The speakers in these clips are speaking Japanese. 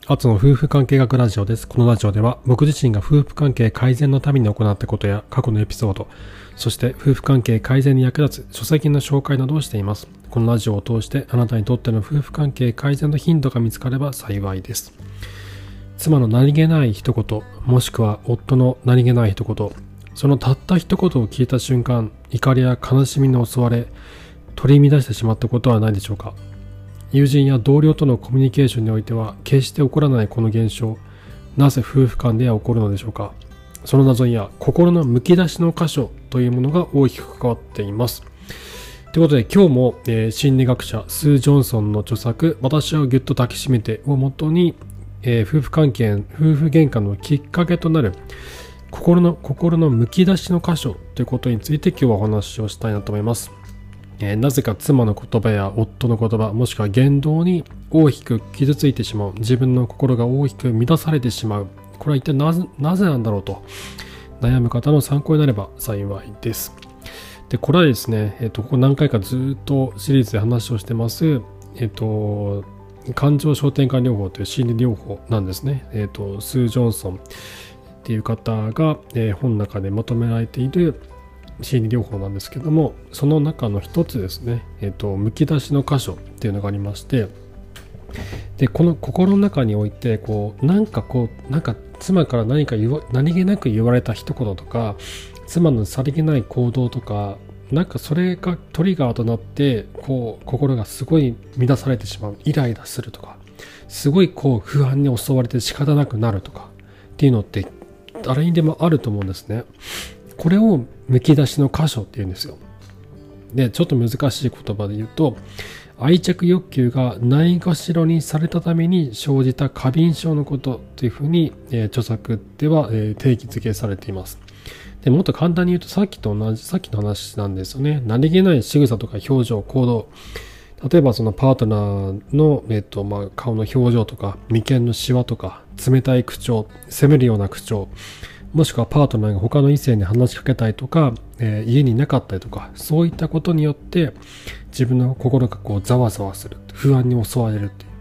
アツの夫婦関係学ラジオです。このラジオでは僕自身が夫婦関係改善のために行ったことや過去のエピソード、そして夫婦関係改善に役立つ書籍の紹介などをしています。このラジオを通してあなたにとっての夫婦関係改善のヒントが見つかれば幸いです。妻の何気ない一言、もしくは夫の何気ない一言、そのたった一言を聞いた瞬間、怒りや悲しみに襲われ、取り乱してしまったことはないでしょうか。友人や同僚とのコミュニケーションにおいては決して起こらないこの現象、なぜ夫婦間では起こるのでしょうか。その謎には心のむき出しの箇所というものが大きく関わっています。ということで今日も、心理学者スー・ジョンソンの著作私をぎゅっと抱きしめてをもとに、夫婦喧嘩のきっかけとなる心のむき出しの箇所ということについて今日はお話をしたいなと思います。なぜか妻の言葉や夫の言葉、もしくは言動に大きく傷ついてしまう、自分の心が大きく乱されてしまう、これは一体なぜなんだろうと悩む方の参考になれば幸いです。でこれはですね、ここ何回かずっとシリーズで話をしてます、感情焦点化療法という心理療法なんですね。スー・ジョンソンっていう方が、本の中でまとめられている心理療法なんですけども、その中の一つですね、むき出しの箇所っていうのがありまして、でこの心の中においてなんか妻から何気なく言われた一言とか、妻のさりげない行動とか、なんかそれがトリガーとなって心がすごい乱されてしまう、イライラするとか、すごい不安に襲われて仕方なくなるとかっていうのって誰にでもあると思うんですね。これをむき出しの箇所っていうんですよ。でちょっと難しい言葉で言うと、愛着欲求がないがしろにされたために生じた過敏症のことというふうに、著作では、定義づけされています。でもっと簡単に言うとさっきの話なんですよね。何気ない仕草とか表情、行動、例えばそのパートナーの、顔の表情とか眉間のシワとか冷たい口調、責めるような口調、もしくはパートナーが他の異性に話しかけたりとか、家にいなかったりとか、そういったことによって自分の心がざわざわする、不安に襲われるっていう。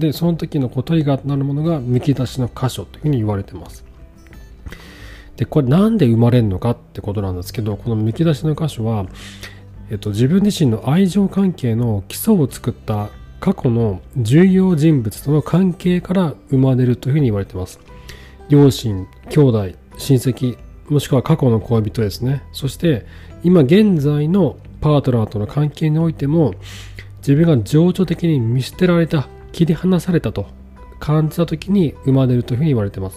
でその時のトリガーとなるものがむき出しの箇所というふうに言われています。でこれなんで生まれるのかってことなんですけど、このむき出しの箇所は、自分自身の愛情関係の基礎を作った過去の重要人物との関係から生まれるというふうに言われています。両親、兄弟、親戚、もしくは過去の恋人ですね。そして今現在のパートナーとの関係においても、自分が情緒的に見捨てられた、切り離されたと感じた時に生まれるというふうに言われています。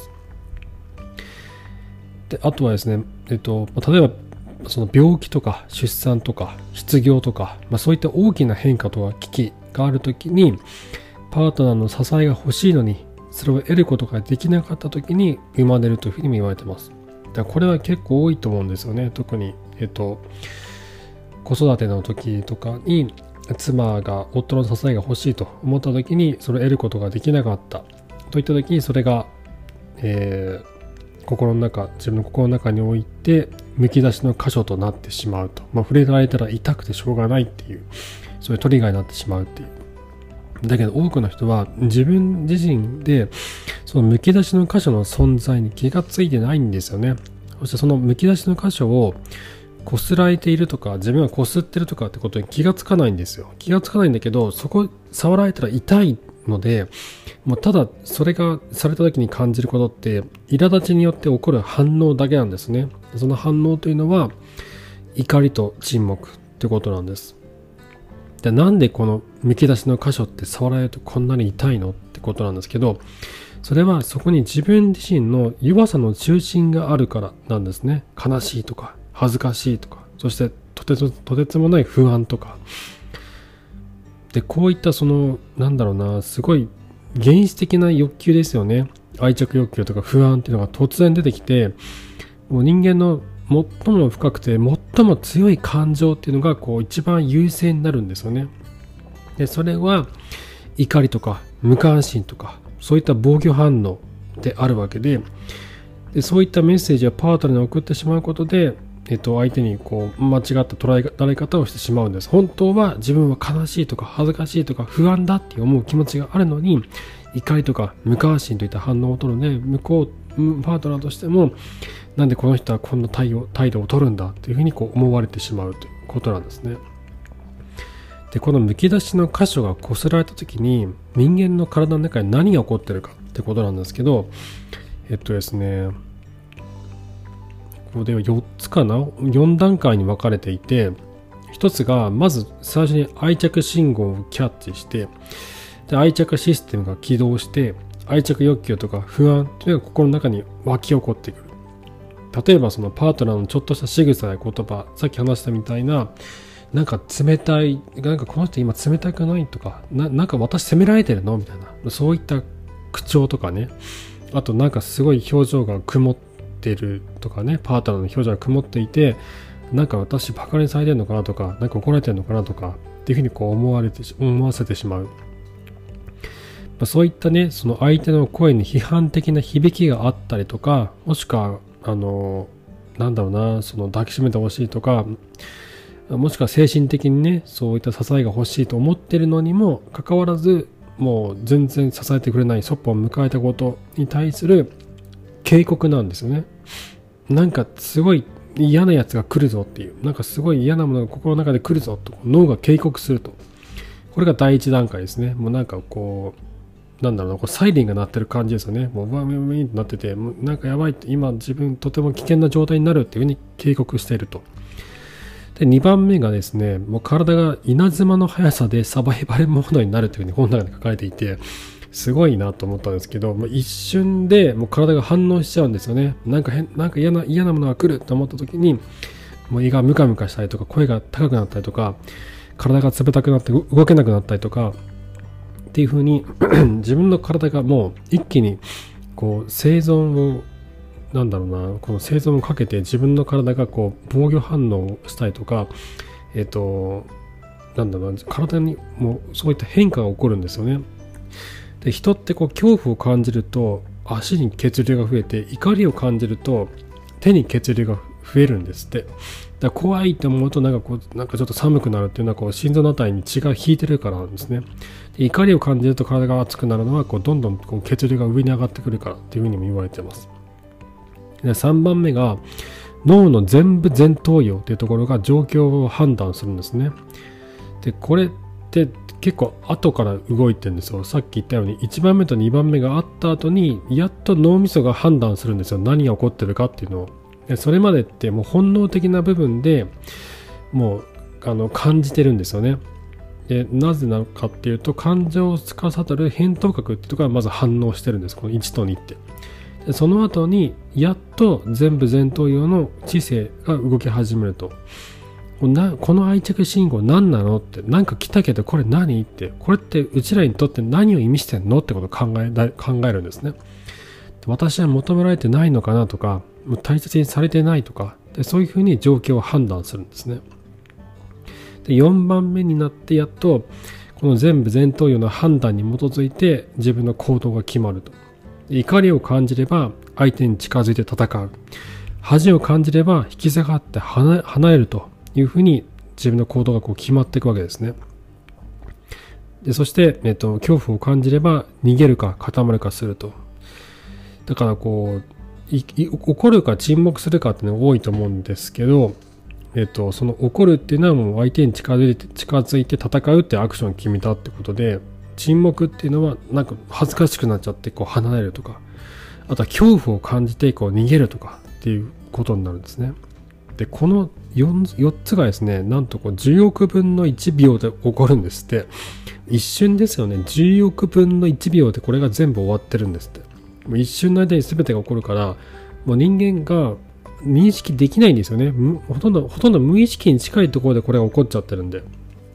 であとはですね、例えばその病気とか出産とか失業とか、そういった大きな変化とか危機がある時に、パートナーの支えが欲しいのにそれを得ることができなかった時に生まれるというふうにも言われています。だからこれは結構多いと思うんですよね。特に、子育ての時とかに妻が夫の支えが欲しいと思った時にそれを得ることができなかったといった時に、それが、自分の心の中においてむき出しの箇所となってしまうと、触れられたら痛くてしょうがないっていう、そういうトリガーになってしまうっていう。だけど多くの人は自分自身でそのむき出しの箇所の存在に気がついてないんですよね。そしてそのむき出しの箇所をこすられているとか、自分がこすってるとかってことに気がつかないんですよ。気がつかないんだけど、そこ触られたら痛いので、もうただそれがされた時に感じることって苛立ちによって起こる反応だけなんですね。その反応というのは怒りと沈黙ということなんです。でなんでこのむき出しの箇所って触られるとこんなに痛いのってことなんですけど、それはそこに自分自身の弱さの中心があるからなんですね。悲しいとか恥ずかしいとか、そしてとてつもない不安とかで、こういったすごい原始的な欲求ですよね。愛着欲求とか不安っていうのが突然出てきて、もう人間の最も深くて最も強い感情っていうのが一番優勢になるんですよね。でそれは怒りとか無関心とか、そういった防御反応であるわけで、そういったメッセージをパートナーに送ってしまうことで、 相手に間違った捉えられ方をしてしまうんです。本当は自分は悲しいとか恥ずかしいとか不安だって思う気持ちがあるのに、怒りとか無関心といった反応を取るので、パートナーとしてもなんでこの人はこんな態度を取るんだっていうふうに思われてしまうということなんですね。で、このむき出しの箇所が擦られた時に人間の体の中に何が起こってるかってことなんですけど、ですね、ここでは4つかな、4段階に分かれていて、1つがまず最初に愛着信号をキャッチして、で愛着システムが起動して愛着欲求とか不安というのが心の中に湧き起こってくる。例えばそのパートナーのちょっとした仕草や言葉、さっき話したみたいな、なんか冷たい、なんかこの人今冷たくないとか、なんか私責められてるのみたいな、そういった口調とかね、あとなんかすごい表情が曇ってるとかね、パートナーの表情が曇っていて、なんか私バカにされてるのかなとか、なんか怒られてるのかなとかっていうふうに思わせてしまう。そういったね、その相手の声に批判的な響きがあったりとか、もしくはなんだろうな、その抱きしめてほしいとか、もしくは精神的にね、そういった支えが欲しいと思ってるのにもかかわらず、もう全然支えてくれない、そっぽを迎えたことに対する警告なんですよね。なんかすごい嫌なやつが来るぞっていう、なんかすごい嫌なものが心の中で来るぞと脳が警告すると、これが第一段階ですね。もうなんかなんだろうな、サイレンが鳴ってる感じですよね。もうワンウィンウィンってなってて、もうなんかやばいって、今自分とても危険な状態になるっていうふうに警告していると。で、2番目がですね、もう体が稲妻の速さでサバイバルモードになるというふうに本の中で書かれていて、すごいなと思ったんですけど、もう一瞬でもう体が反応しちゃうんですよね。なんか嫌なものが来ると思った時に、もう胃がムカムカしたりとか、声が高くなったりとか、体が冷たくなって動けなくなったりとか、っていう風に自分の体がもう一気に生存をこの生存をかけて自分の体が防御反応をしたりとか、体にもうそういった変化が起こるんですよね。で、人って恐怖を感じると足に血流が増えて、怒りを感じると手に血流が増えるんですって。だから怖いと思うとなんかちょっと寒くなるっていうのは心臓のあたりに血が引いてるからなんですね。で、怒りを感じると体が熱くなるのはどんどん血流が上に上がってくるからっていうふうにも言われています。で、3番目が脳の前頭葉っていうところが状況を判断するんですね。で、これって結構後から動いてるんですよ。さっき言ったように1番目と2番目があった後にやっと脳みそが判断するんですよ。何が起こってるかっていうのを。それまでってもう本能的な部分でもう感じてるんですよね。で、なぜなのかっていうと、感情を司る扁桃核っていうところがまず反応してるんです。この1と2って。で、その後にやっと前頭葉の知性が動き始めると。この愛着信号何なのって、なんか来たけどこれ何って、これってうちらにとって何を意味してんのってことを考えるんですね。私は求められてないのかなとか、大切にされてないとか、でそういうふうに状況を判断するんですね。で、4番目になってやっとこの前頭葉の判断に基づいて自分の行動が決まると。怒りを感じれば相手に近づいて戦う。恥を感じれば引き下がって離れるというふうに自分の行動が決まっていくわけですね。で、そして、恐怖を感じれば逃げるか固まるかすると。だから怒るか沈黙するかっていうのが多いと思うんですけど、その怒るっていうのはもう相手に近づいて戦うってアクションを決めたってことで、沈黙っていうのはなんか恥ずかしくなっちゃって離れるとか、あとは恐怖を感じて逃げるとかっていうことになるんですね。で、この 4つがですね、なんと10億分の1秒で起こるんですって。一瞬ですよね。10億分の1秒でこれが全部終わってるんですって。もう一瞬の間に全てが起こるから、もう人間が認識できないんですよね。ほとんど無意識に近いところでこれが起こっちゃってるんで。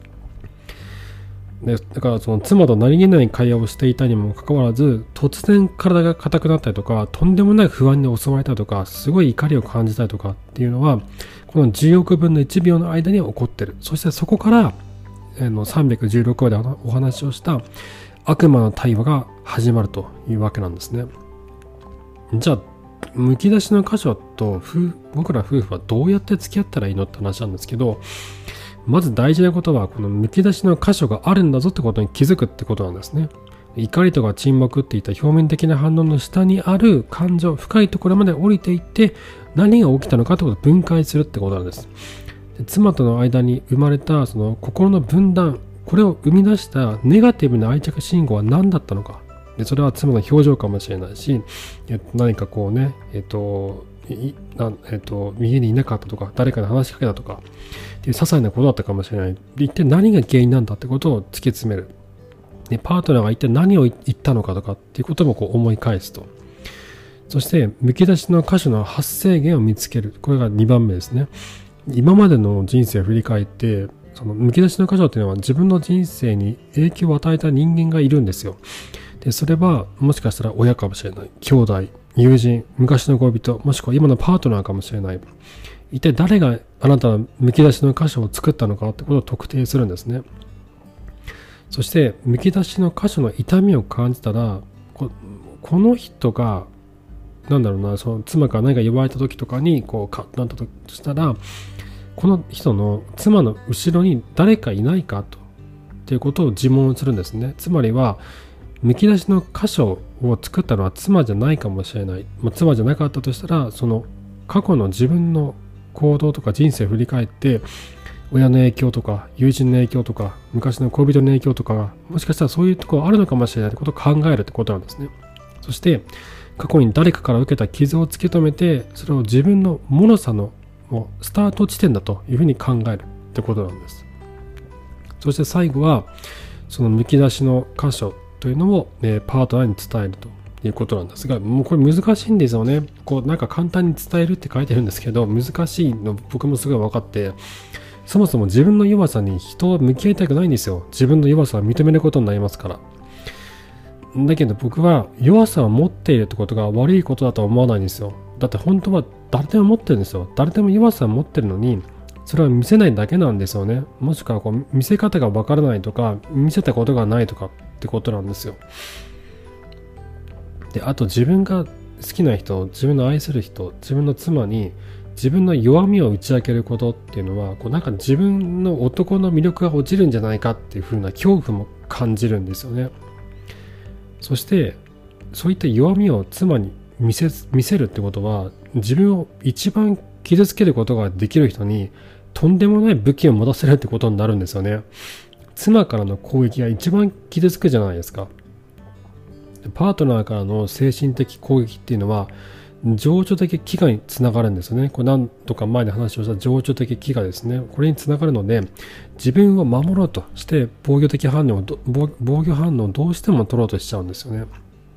だからその妻と何気ない会話をしていたにもかかわらず、突然体が硬くなったりとか、とんでもない不安に襲われたりとか、すごい怒りを感じたりとかっていうのは、この10億分の1秒の間に起こってる。そしてそこから316話でお話をした悪魔の対話が始まるというわけなんですね。じゃあむき出しの箇所と僕ら夫婦はどうやって付き合ったらいいのって話なんですけど、まず大事なことはこのむき出しの箇所があるんだぞってことに気づくってことなんですね。怒りとか沈黙っていった表面的な反応の下にある感情、深いところまで降りていって何が起きたのかってことを分解するってことなんです。で妻との間に生まれたその心の分断、これを生み出したネガティブな愛着信号は何だったのか。でそれは妻の表情かもしれないし、何かこうね、家にいなかったとか、誰かに話しかけたとかっていう些細なことだったかもしれない。一体何が原因なんだってことを突き詰める。でパートナーが一体何を言ったのかとかっていうこともこう思い返すと。そしてむき出しの箇所の発生源を見つける。これが2番目ですね。今までの人生を振り返って、そのむき出しの箇所っていうのは自分の人生に影響を与えた人間がいるんですよ。でそれはもしかしたら親かもしれない、兄弟、友人、昔の恋人、もしくは今のパートナーかもしれない。一体誰があなたのむき出しの箇所を作ったのかってことを特定するんですね。そしてむき出しの箇所の痛みを感じたら、この人がその妻から何か言われた時とかになったとしたら、この人の妻の後ろに誰かいないかっていうことを自問するんですね。つまりはむき出しの箇所を作ったのは妻じゃないかもしれない。妻じゃなかったとしたら、その過去の自分の行動とか人生を振り返って、親の影響とか友人の影響とか昔の恋人の影響とかがもしかしたらそういうところあるのかもしれないってことを考えるってことなんですね。そして過去に誰かから受けた傷を突き止めて、それを自分の脆さのスタート地点だというふうに考えるってことなんです。そして最後はそのむき出しの箇所というのを、パートナーに伝えるということなんですが、もうこれ難しいんですよね。なんか簡単に伝えるって書いてるんですけど、難しいの僕もすごい分かって、そもそも自分の弱さに人は向き合いたくないんですよ。自分の弱さを認めることになりますから。だけど僕は弱さを持っているってことが悪いことだとは思わないんですよ。だって本当は誰でも持ってるんですよ。誰でも弱さを持ってるのに、それは見せないだけなんですよね。もしくは見せ方がわからないとか、見せたことがないとかってことなんですよ。で、あと自分が好きな人、自分の愛する人、自分の妻に自分の弱みを打ち明けることっていうのは、なんか自分の男の魅力が落ちるんじゃないかっていう風な恐怖も感じるんですよね。そしてそういった弱みを妻に見せるってことは、自分を一番傷つけることができる人にとんでもない武器を持たせるってことになるんですよね。妻からの攻撃が一番傷つくじゃないですか。パートナーからの精神的攻撃っていうのは情緒的飢餓につながるんですよね。これ何度か前に話をした情緒的飢餓ですね。これにつながるので、自分を守ろうとして防御反応をどうしても取ろうとしちゃうんですよね。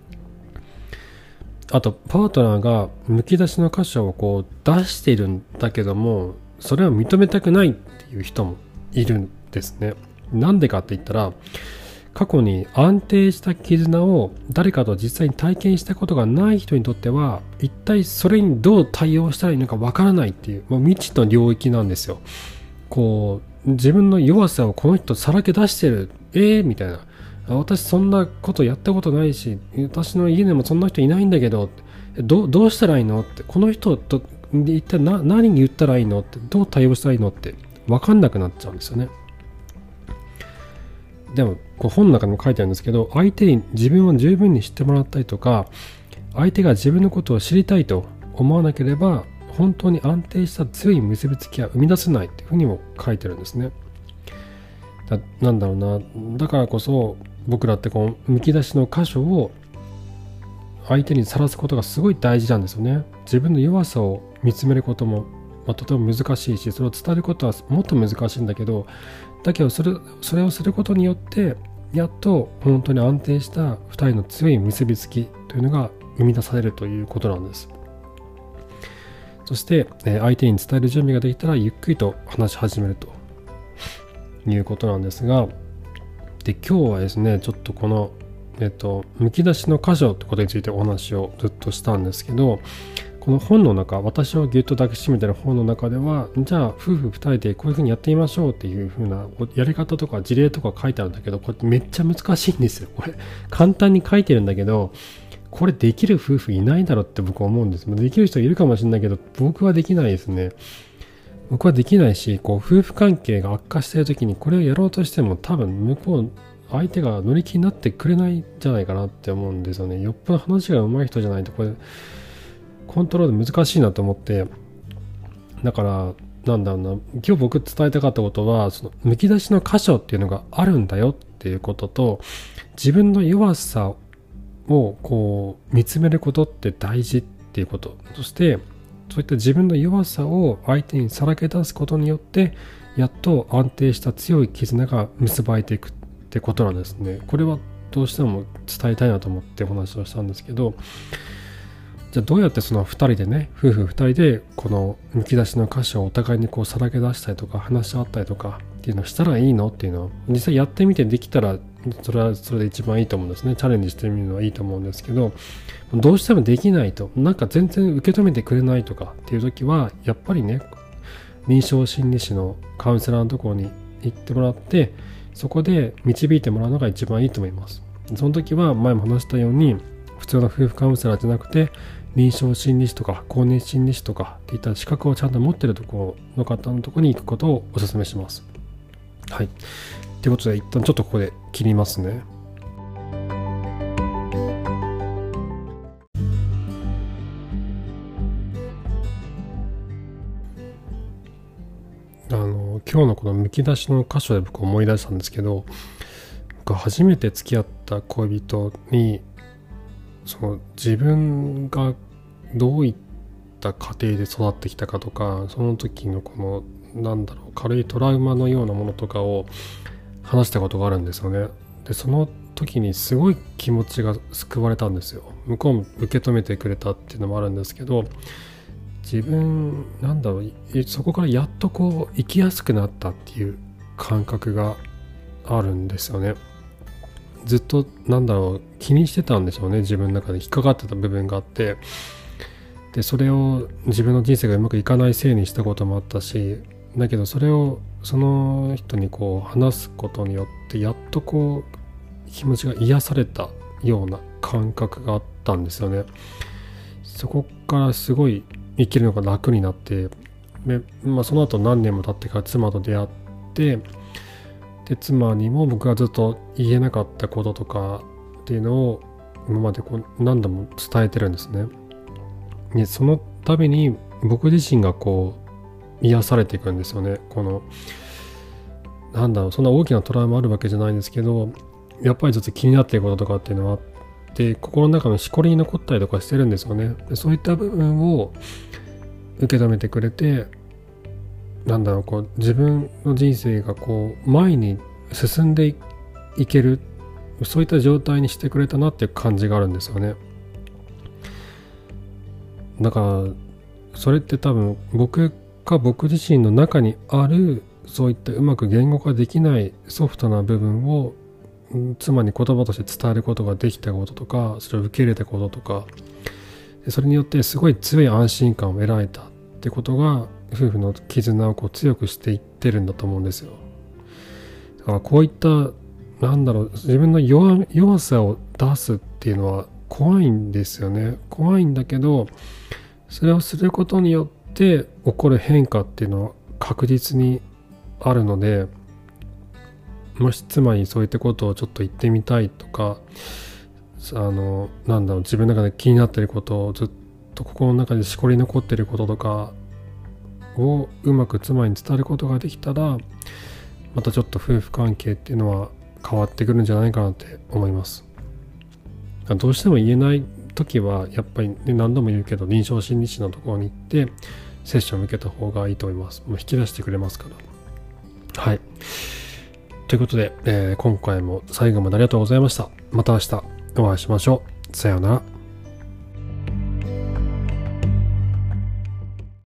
あとパートナーがむき出しの箇所を出しているんだけども、それを認めたくないっていう人もいるんですね。なんでかって言ったら、過去に安定した絆を誰かと実際に体験したことがない人にとっては、一体それにどう対応したらいいのかわからないっていう、未知の領域なんですよ。自分の弱さをこの人さらけ出してる、みたいな、私そんなことやったことないし、私の家でもそんな人いないんだけど、どうしたらいいのって、この人と一体何に言ったらいいのって、どう対応したらいいのって分かんなくなっちゃうんですよね。でも本の中にも書いてあるんですけど、相手に自分を十分に知ってもらったりとか、相手が自分のことを知りたいと思わなければ、本当に安定した強い結びつきは生み出せないっていうふうにも書いてるんですね。だからこそ僕らってむき出しの箇所を相手にさらすことがすごい大事なんですよね。自分の弱さを見つめることも、とても難しいし、それを伝えることはもっと難しいんだけど、それをすることによってやっと本当に安定した2人の強い結びつきというのが生み出されるということなんです。そして相手に伝える準備ができたらゆっくりと話し始めるということなんですが、で今日はですね、ちょっとむき出しの箇所ということについてお話をずっとしたんですけど、この本の中、私をぎゅっと抱きしめてる本の中では、じゃあ夫婦2人でこういうふうにやってみましょうっていうふうなやり方とか事例とか書いてあるんだけど、これめっちゃ難しいんですよ。これ簡単に書いてるんだけど、 これできる夫婦いないだろうって僕は思うんです。できる人いるかもしれないけど、僕はできないですね。僕はできないし、夫婦関係が悪化している時にこれをやろうとしても多分相手が乗り気になってくれないんじゃないかなって思うんですよね。よっぽど話が上手い人じゃないとこれコントロール難しいなと思って、だから今日僕伝えたかったことは、そのむき出しの箇所っていうのがあるんだよっていうことと、自分の弱さを見つめることって大事っていうこと、そしてそういった自分の弱さを相手にさらけ出すことによってやっと安定した強い絆が結ばれていくってことなんですね。これはどうしても伝えたいなと思ってお話をしたんですけど、じゃあどうやってその2人でね、夫婦2人でこのむき出しの箇所をお互いにさらけ出したりとか話し合ったりとかっていうのをしたらいいのっていうのを実際やってみてできたらそれはそれで一番いいと思うんですね。チャレンジしてみるのはいいと思うんですけど、どうしてもできないと、全然受け止めてくれないとかっていう時はやっぱりね、臨床心理士のカウンセラーのところに行ってもらって、そこで導いてもらうのが一番いいと思います。その時は前も話したように、普通の夫婦カウンセラーじゃなくて臨床心理士とか公認心理士とかっていった資格をちゃんと持っているところの方のところに行くことをお勧めします。はい。ということで一旦ちょっとここで切りますね。今日のこのむき出しの箇所で僕思い出したんですけど、僕初めて付き合った恋人にその自分がどういった家庭で育ってきたかとか、その時の軽いトラウマのようなものとかを話したことがあるんですよね。でその時にすごい気持ちが救われたんですよ。向こうも受け止めてくれたっていうのもあるんですけど、自分そこからやっと生きやすくなったっていう感覚があるんですよね。ずっと気にしてたんでしょうね。自分の中で引っかかってた部分があって、でそれを自分の人生がうまくいかないせいにしたこともあったし、だけどそれをその人に話すことによってやっと気持ちが癒されたような感覚があったんですよね。そこからすごい生きるのが楽になって、で、その後何年も経ってから妻と出会って、で妻にも僕がずっと言えなかったこととかっていうのを今まで何度も伝えてるんですね。でその度に僕自身が癒されていくんですよね。そんな大きなトラウマあるわけじゃないんですけど、やっぱりずっと気になっていることとかっていうのはあって、心の中のしこりに残ったりとかしてるんですよね。でそういった部分を受け止めてくれて、自分の人生が前に進んでいける、そういった状態にしてくれたなっていう感じがあるんですよね。だからそれって多分僕自身の中にあるそういったうまく言語化できないソフトな部分を妻に言葉として伝えることができたこととか、それを受け入れたこととか、それによってすごい強い安心感を得られたってことが夫婦の絆を強くしていってるんだと思うんですよ。だからこういった自分の弱さを出すっていうのは怖いんですよね。怖いんだけど、それをすることによって起こる変化っていうのは確実にあるので、もし妻にそういったことをちょっと言ってみたいとか、自分の中で気になっていることをずっと心の中でしこり残っていることとかをうまく妻に伝えることができたら、またちょっと夫婦関係っていうのは変わってくるんじゃないかなって思います。どうしても言えない時はやっぱり、何度も言うけど臨床心理士のところに行ってセッションを受けた方がいいと思います。もう引き出してくれますから。はい。ということで、今回も最後までありがとうございました。また明日お会いしましょう。さようなら。